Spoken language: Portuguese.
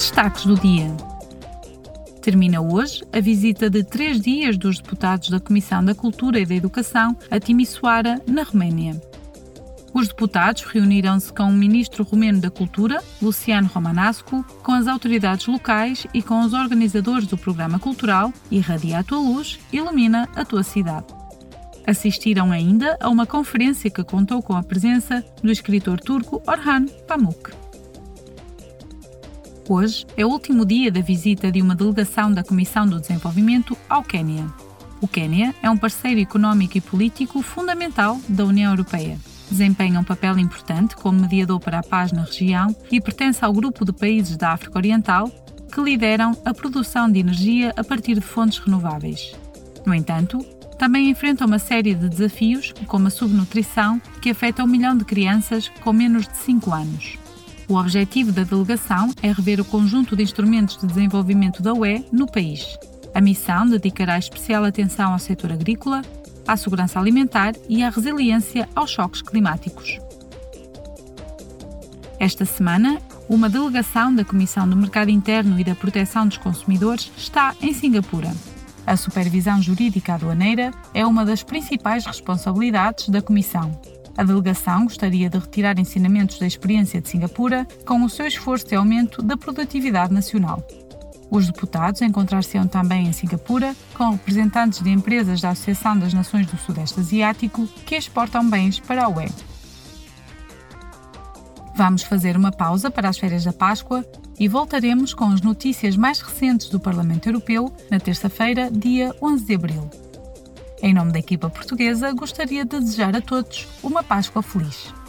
Destaques do dia. Termina hoje a visita de 3 dias dos deputados da Comissão da Cultura e da Educação a Timișoara, na Roménia. Os deputados reuniram-se com o ministro romeno da Cultura, Lucian Romanascu, com as autoridades locais e com os organizadores do programa cultural Irradia a tua luz, ilumina a tua cidade. Assistiram ainda a uma conferência que contou com a presença do escritor turco Orhan Pamuk. Hoje é o último dia da visita de uma delegação da Comissão do Desenvolvimento ao Quênia. O Quênia é um parceiro económico e político fundamental da União Europeia. Desempenha um papel importante como mediador para a paz na região e pertence ao grupo de países da África Oriental que lideram a produção de energia a partir de fontes renováveis. No entanto, também enfrenta uma série de desafios, como a subnutrição, que afeta 1 milhão de crianças com menos de 5 anos. O objetivo da delegação é rever o conjunto de instrumentos de desenvolvimento da UE no país. A missão dedicará especial atenção ao setor agrícola, à segurança alimentar e à resiliência aos choques climáticos. Esta semana, uma delegação da Comissão do Mercado Interno e da Proteção dos Consumidores está em Singapura. A supervisão jurídica aduaneira é uma das principais responsabilidades da Comissão. A delegação gostaria de retirar ensinamentos da experiência de Singapura com o seu esforço de aumento da produtividade nacional. Os deputados encontrar-se-ão também em Singapura com representantes de empresas da Associação das Nações do Sudeste Asiático que exportam bens para a UE. Vamos fazer uma pausa para as férias da Páscoa e voltaremos com as notícias mais recentes do Parlamento Europeu na terça-feira, dia 11 de abril. Em nome da equipa portuguesa, gostaria de desejar a todos uma Páscoa feliz.